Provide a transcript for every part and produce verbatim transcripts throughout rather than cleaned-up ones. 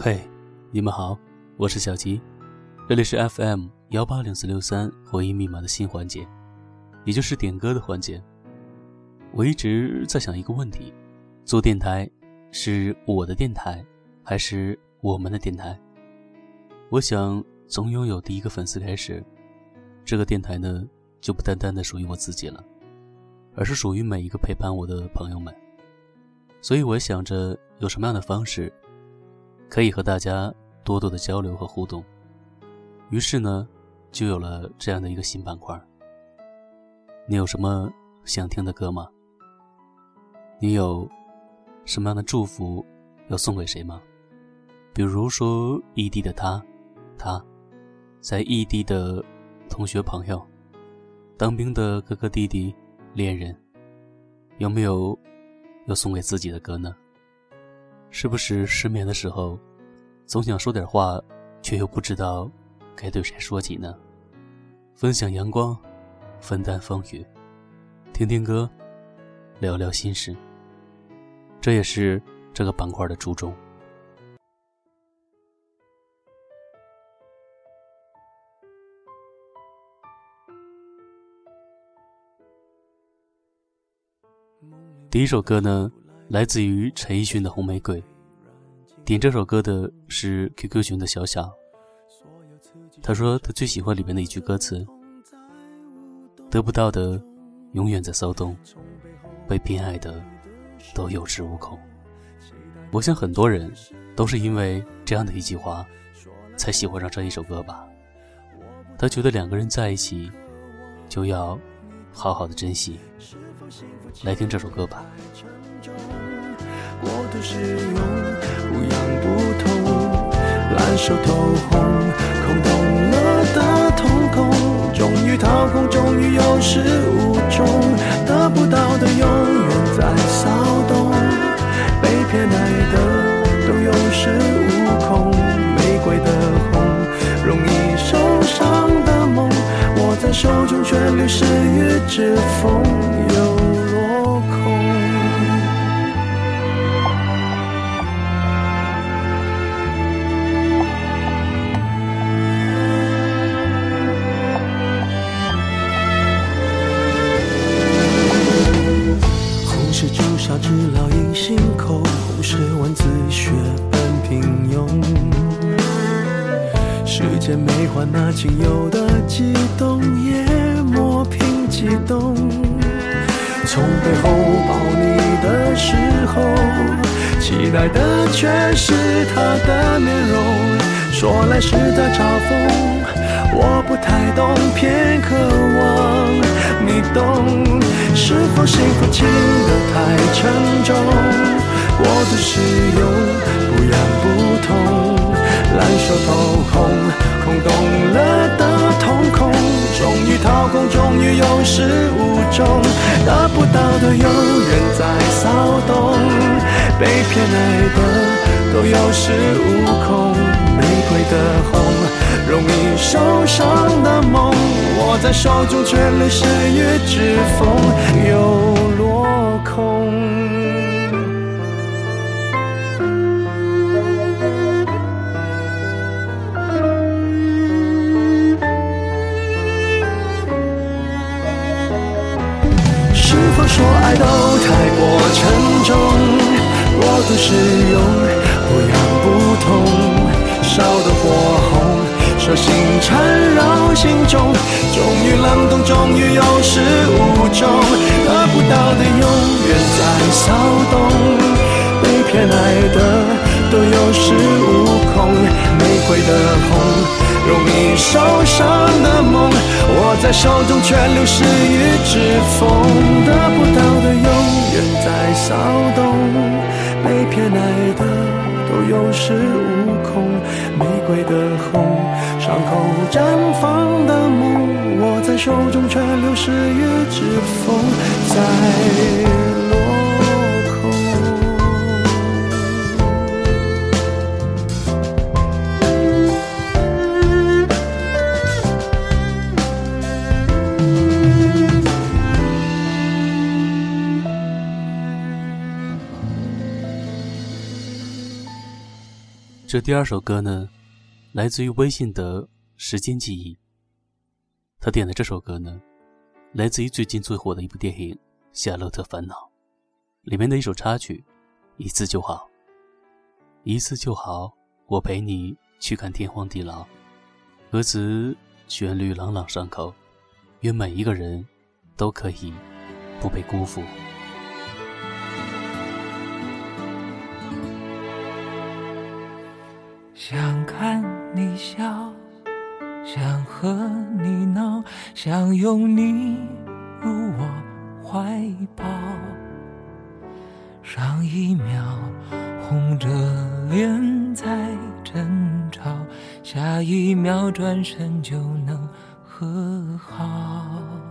嘿，你们好，我是小吉，这里是 F M 一八零四六三回音密码的新环节，也就是点歌的环节。我一直在想一个问题，做电台是我的电台还是我们的电台？我想从拥有第一个粉丝开始，这个电台呢就不单单的属于我自己了，而是属于每一个陪伴我的朋友们。所以我想着有什么样的方式可以和大家多多的交流和互动，于是呢就有了这样的一个新板块。你有什么想听的歌吗？你有什么样的祝福要送给谁吗？比如说异地的他他在异地的同学朋友，当兵的哥哥弟弟恋人，有没有要送给自己的歌呢？是不是失眠的时候总想说点话，却又不知道该对谁说起呢？分享阳光，分担风雨，听听歌，聊聊心事，这也是这个板块的初衷。第一首歌呢来自于陈奕迅的《红玫瑰》，点这首歌的是 Q Q 群的小小，他说他最喜欢里面的一句歌词，得不到的永远在骚动，被偏爱的都有恃无恐。我想很多人都是因为这样的一句话才喜欢上这一首歌吧。他觉得两个人在一起就要好好的珍惜。来听这首歌吧。 过度使用，不痒不痛，烂熟透红，空洞了的瞳孔，终于掏空，终于有始无终，得不到的永远在骚动，被偏爱的都有恃无恐，玫瑰的红，容易受伤的梦，握在手中却流失于指缝，又落空。红是朱砂痣烙印心口，红是文字血本平庸，世间没换那仅有的悸动，也磨平激动。从背后抱你的时候，期待的却是他的面容，说来是在嘲讽，我不太懂，偏渴望你懂。是否幸福轻得太沉重，过度使用，不痒不痛，烂熟透空，空洞了的瞳孔，终于掏空，终于有始无终，得不到的永远在骚动，被偏爱的都有恃无恐，玫瑰的红，容易受伤的梦，握在手中却流失于指缝，又落空。是否说爱都太过沉重，过度使用，不痒不痛，烧得火红，手心缠绕心中，终于冷冻，终于有始无终，得不到的永远在骚动，被偏爱的都有恃无恐，玫瑰的红，容易受伤的梦，握在手中却流失于指缝，得不到的永远在骚动，被偏爱的都有恃无恐，玫瑰的红，伤口绽放的梦，握在手中却流失于指缝，在落空。 这第二首歌呢，来自于微信的时间记忆。他点的这首歌呢，来自于最近最火的一部电影《夏洛特烦恼》里面的一首插曲，一次就好，一次就好，我陪你去看天荒地老。歌词旋律朗朗上口，愿每一个人都可以不被辜负。 想看你笑，想和你闹，想拥你入我怀抱，上一秒红着脸在争吵，下一秒转身就能和好。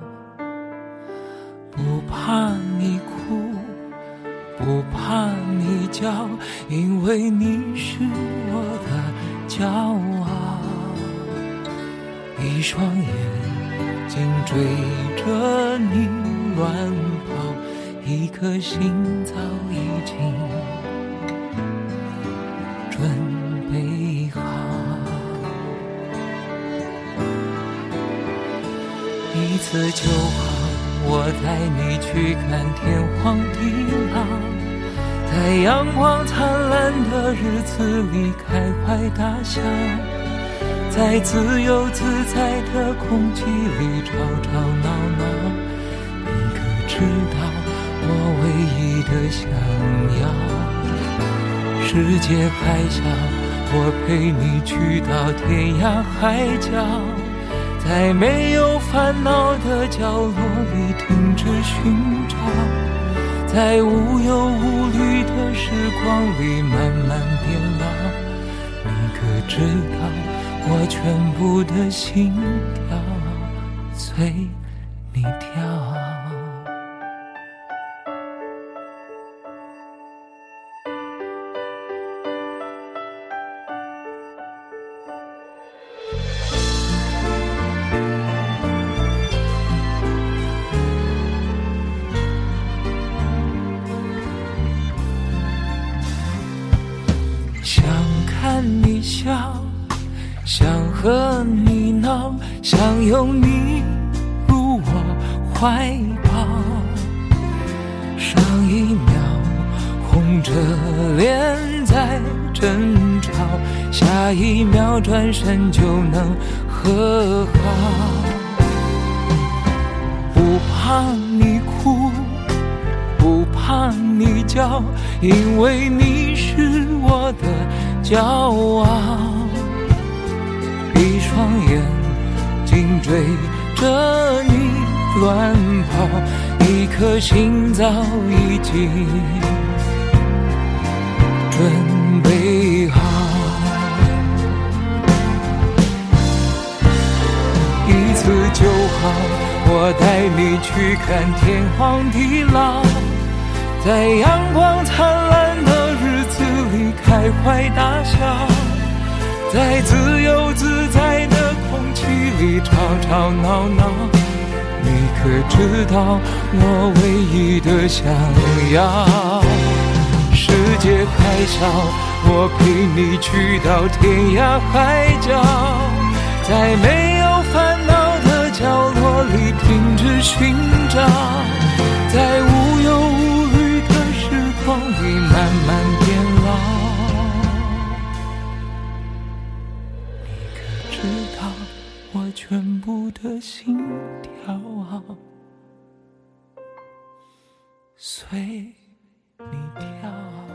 不怕你哭，不怕你叫，因为你是我的骄傲。一双眼睛追着你乱跑，一颗心早已经准备好。一次就好，我带你去看天荒地老，在阳光灿烂的日子里开怀大笑，在自由自在的空气里吵吵闹闹。你可知道我唯一的想要，世界还小，我陪你去到天涯海角，在没有烦恼的角落里停止寻找，在无忧无虑的时光里慢慢变老。你可知道我全部的心跳随你跳。想看你笑，想和你闹，想拥你入我怀抱，上一秒红着脸在争吵，下一秒转身就能和好。不怕你哭，不怕你叫，因为你是我的骄傲。一双眼睛追着你乱跑，一颗心早已经准备好。一次就好，我带你去看天荒地老，在阳光灿烂的日子里开怀大笑，在自由自在的空气里吵吵闹闹。你可知道我唯一的想要，世界还小，我陪你去到天涯海角，在没有烦恼的角落里停止寻找，在无忧无虑的时光里慢慢变老。你可知道我全部的心跳随你跳。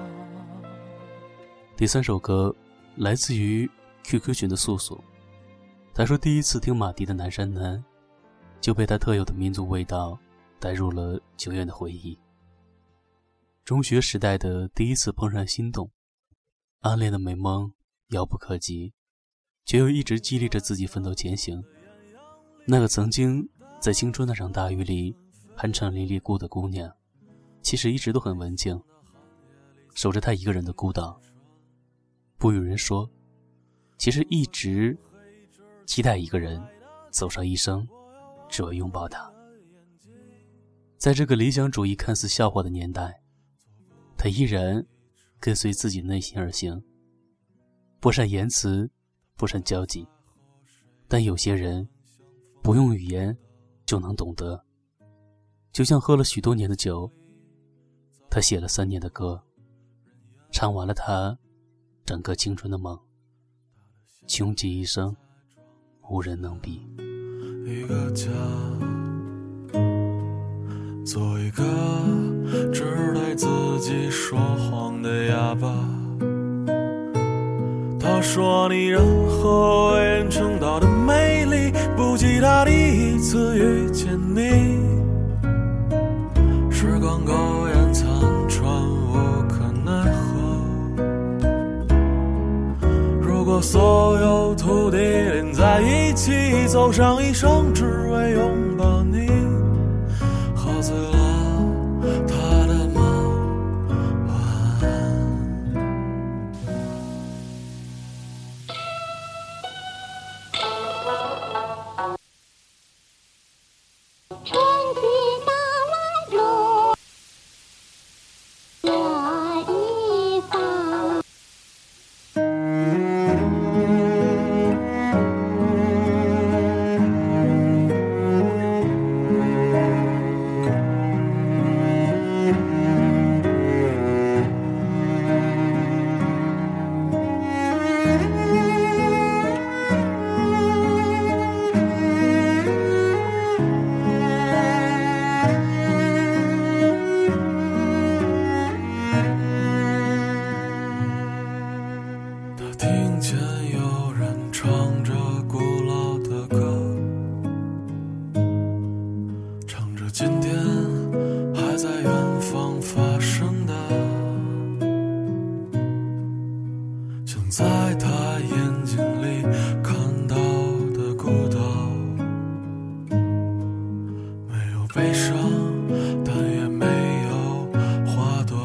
第三首歌来自于 Q Q 群的素素，他说第一次听马迪的南山南，就被他特有的民族味道带入了久远的回忆。中学时代的第一次怦然心动，暗恋的美梦遥不可及，却又一直激励着自己奋斗前行。那个曾经在青春那场大雨里酣畅淋漓过的姑娘，其实一直都很文静，守着她一个人的孤岛，不与人说，其实一直期待一个人走上一生，只为拥抱她。在这个理想主义看似笑话的年代，她依然跟随自己的内心而行， 不善言辞，不善交际，但有些人不用语言就能懂得。就像喝了许多年的酒，他写了三年的歌，唱完了他整个青春的梦，穷极一生无人能比。 一个家，做一个只对自己说谎的哑巴。他说你任何为人称道的美丽，不及他第一次遇见你。时光苟延残喘，无可奈何。如果所有土地连在一起，走上一生只为拥抱你，喝醉了他的梦，晚安。 春去到来路这一方， 听见有人唱着古老的歌，唱着今天还在远方发生的，像在他眼睛里看到的孤岛，没有悲伤，但也没有花朵。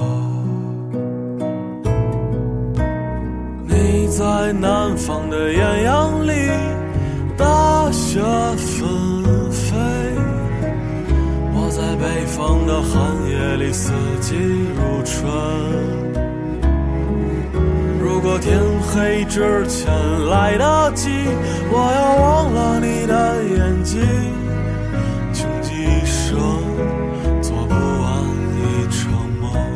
你在南方的艳阳里，大雪纷飞，我在北方的寒夜里，四季如春。如果天黑之前来得及，我要忘了你的眼睛，穷极一生做不完一场梦。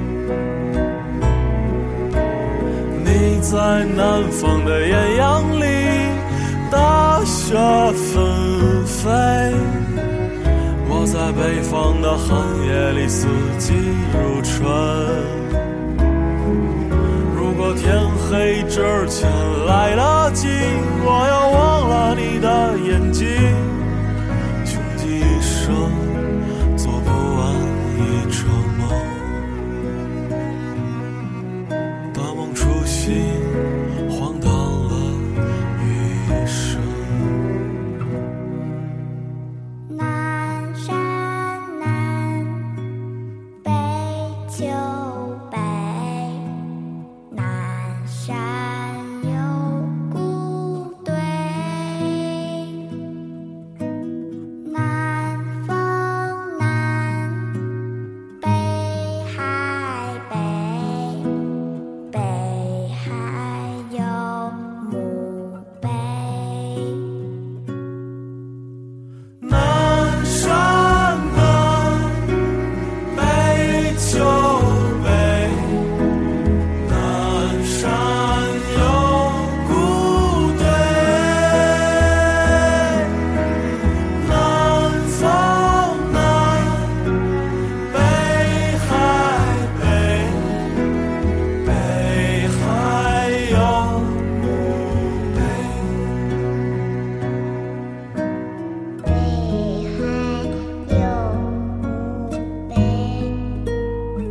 你在南方的艳阳里，大雪纷飞，我在北方的寒夜里，四季如春。如果天黑之前来得及，我要忘了你的眼睛，穷极一生做不完一场梦，大梦初醒，荒唐了余生。 南山南北秋北，南山有古堆，南风南，北海北，北海有墓碑。 南山南北秋北，南山有古堆，南风南，北海北，北海有墓碑。 北海有墓碑。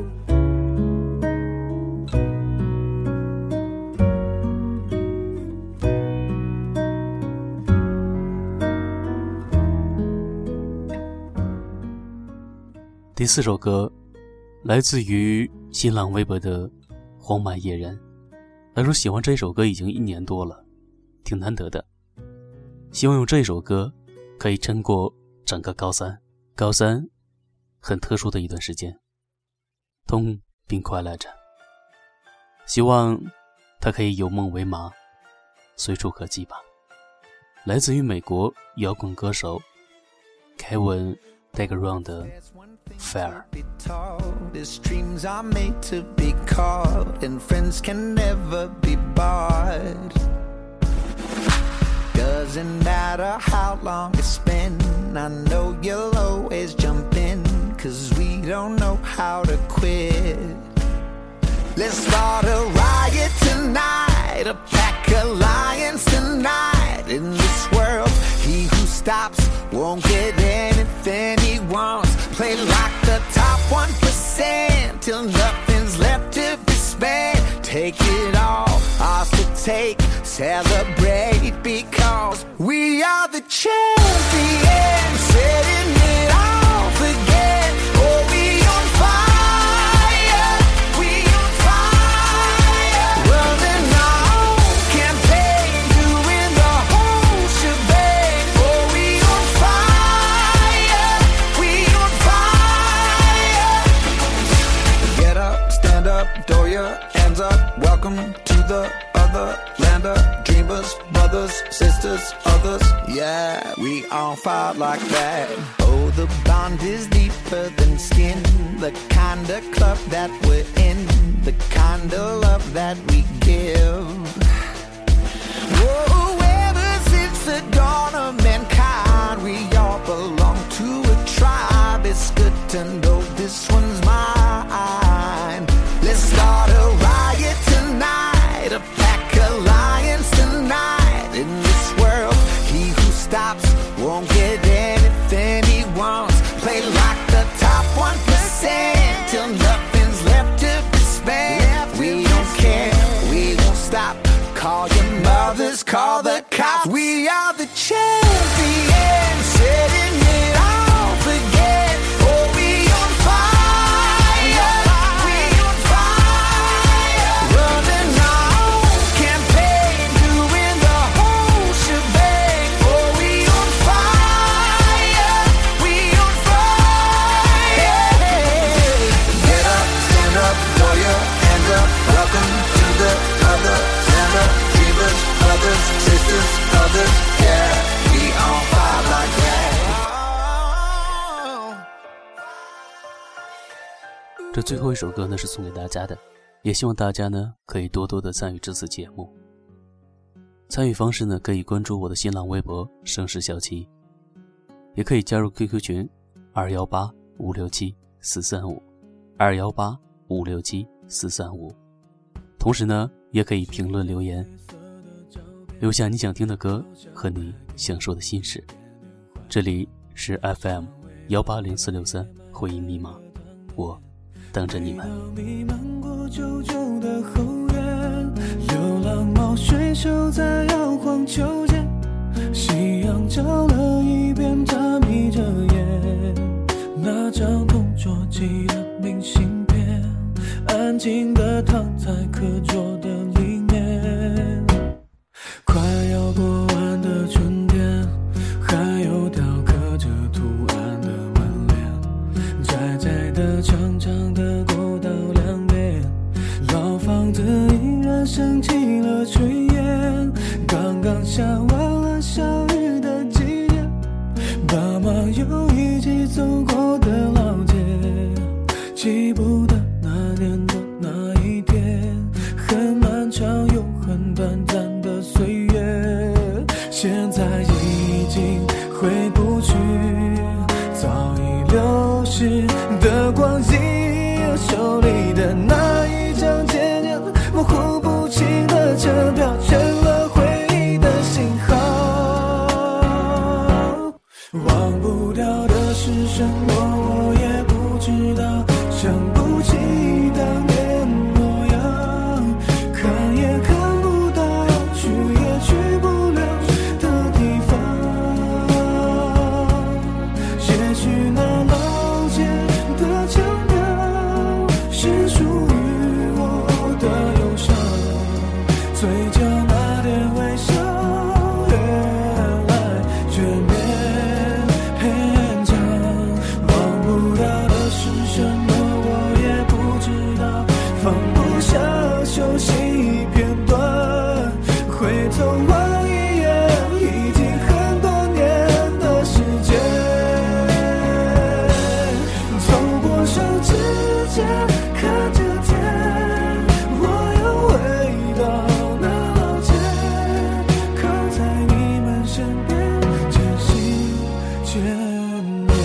第四首歌来自于新浪微博的荒蛮野人，他说喜欢这首歌已经一年多了，挺难得的，希望用这首歌可以撑过整个高三。高三很特殊的一段时间，痛并快乐着，希望它可以有梦为马，随处可及吧。来自于美国摇滚歌手凯文 Degeron 的 Fire。 His dreams are made to be caught, and friends can never be bought. Doesn't matter how long it's been, I know you'll always jump in, 'cause we don't know how to quit. Let's start a riot tonight, a pack of lions tonight. In this world, he who stops won't get anything he wants. Play like the top one percent till nothing's left to be spent. Take it all, ours to take, celebrate because we are the champions, setting it off again. Oh, we on fire, we on fire. Running our own campaign, doing the whole shebang. Oh, we on fire, we on fire. Get up, stand up, throw your hands up. Welcome to the other land of dreamers, brothers, sisters, others. Yeah, we on fire like that. Oh, the bond is deeper than skin. The kind of club that we're in, the kind of love that we give. Whoa, ever since the dawn of mankind, we all belong to a tribe. It's good to know this one's mine. Let's start a riot tonight, a pack of lions tonight. In this world, he who stops won't get anything he wants. Play like the top one percent till nothing's left to be spent. We don't care, we won't stop. Call your mothers, call the cops. We are the champions, setting it off again. Oh, we on fire, we on fire. Running our own campaign, doing the whole shebang. Oh, we on fire, we on fire. Get up, stand up, throw your hands up. Welcome to the other land of dreamers, brothers, sisters, others. Yeah, we on fire like that. 这最后一首歌呢是送给大家的，也希望大家呢可以多多的参与这次节目。参与方式呢可以关注我的新浪微博盛世小七，也可以加入 Q Q 群二一八五六七四三五 二一八五六七四三五，同时呢也可以评论留言，留下你想听的歌和你想说的心事。这里是 F M 一八零四六三回音密码，我等着你们。 弥漫过久久的后院，流浪猫睡熟在摇晃秋千，夕阳照了一遍，它眯着眼，那张同桌寄的明信片，安静地躺在课桌的里面。快要过完的春天，还有雕刻着图案的门帘，窄窄的长长的过道两边，老房子依然升起了炊烟，刚刚下完了小雨的季节，爸妈又一起走过的老街，记不得那年的那一天，很漫长又很短暂的岁月，现在已经回不去早已流逝的光阴，手里的那一张渐渐模糊不清的车票，成了回忆的信号。忘不掉的是什么，我也不知道，想不起当年模样，看也看不到，去也去不了的地方。也许那老街的腔调是属于我的忧伤，嘴角那点微笑越来越勉强。忘不掉的是什么，我也不知道， 眷恋。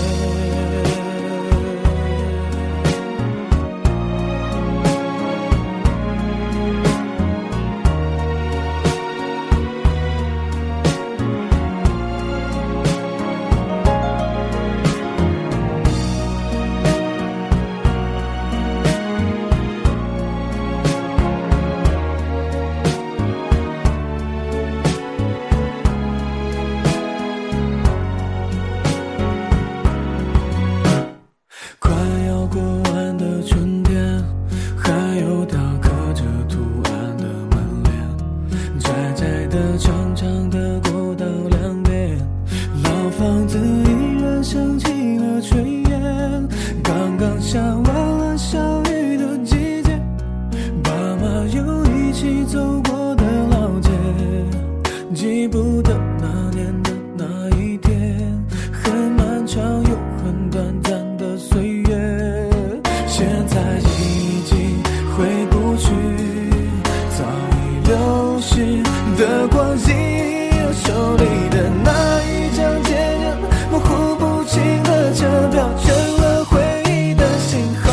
的光阴，手里的那一张渐渐模糊不清的车票，成了回忆的信号。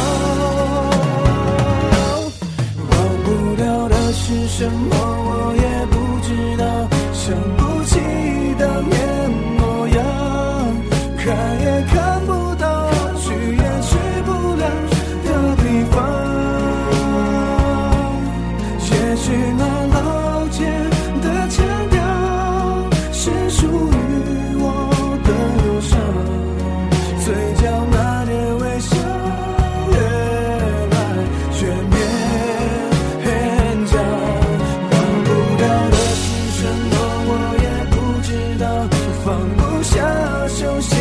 忘不了的是什么，我也不知道，想不起当年模样，看也看不到，去也去不了的地方。也许那老街的腔调是属于我的忧伤，嘴角那点微笑越来越勉强。忘不掉的是什么，我也不知道，放不下手心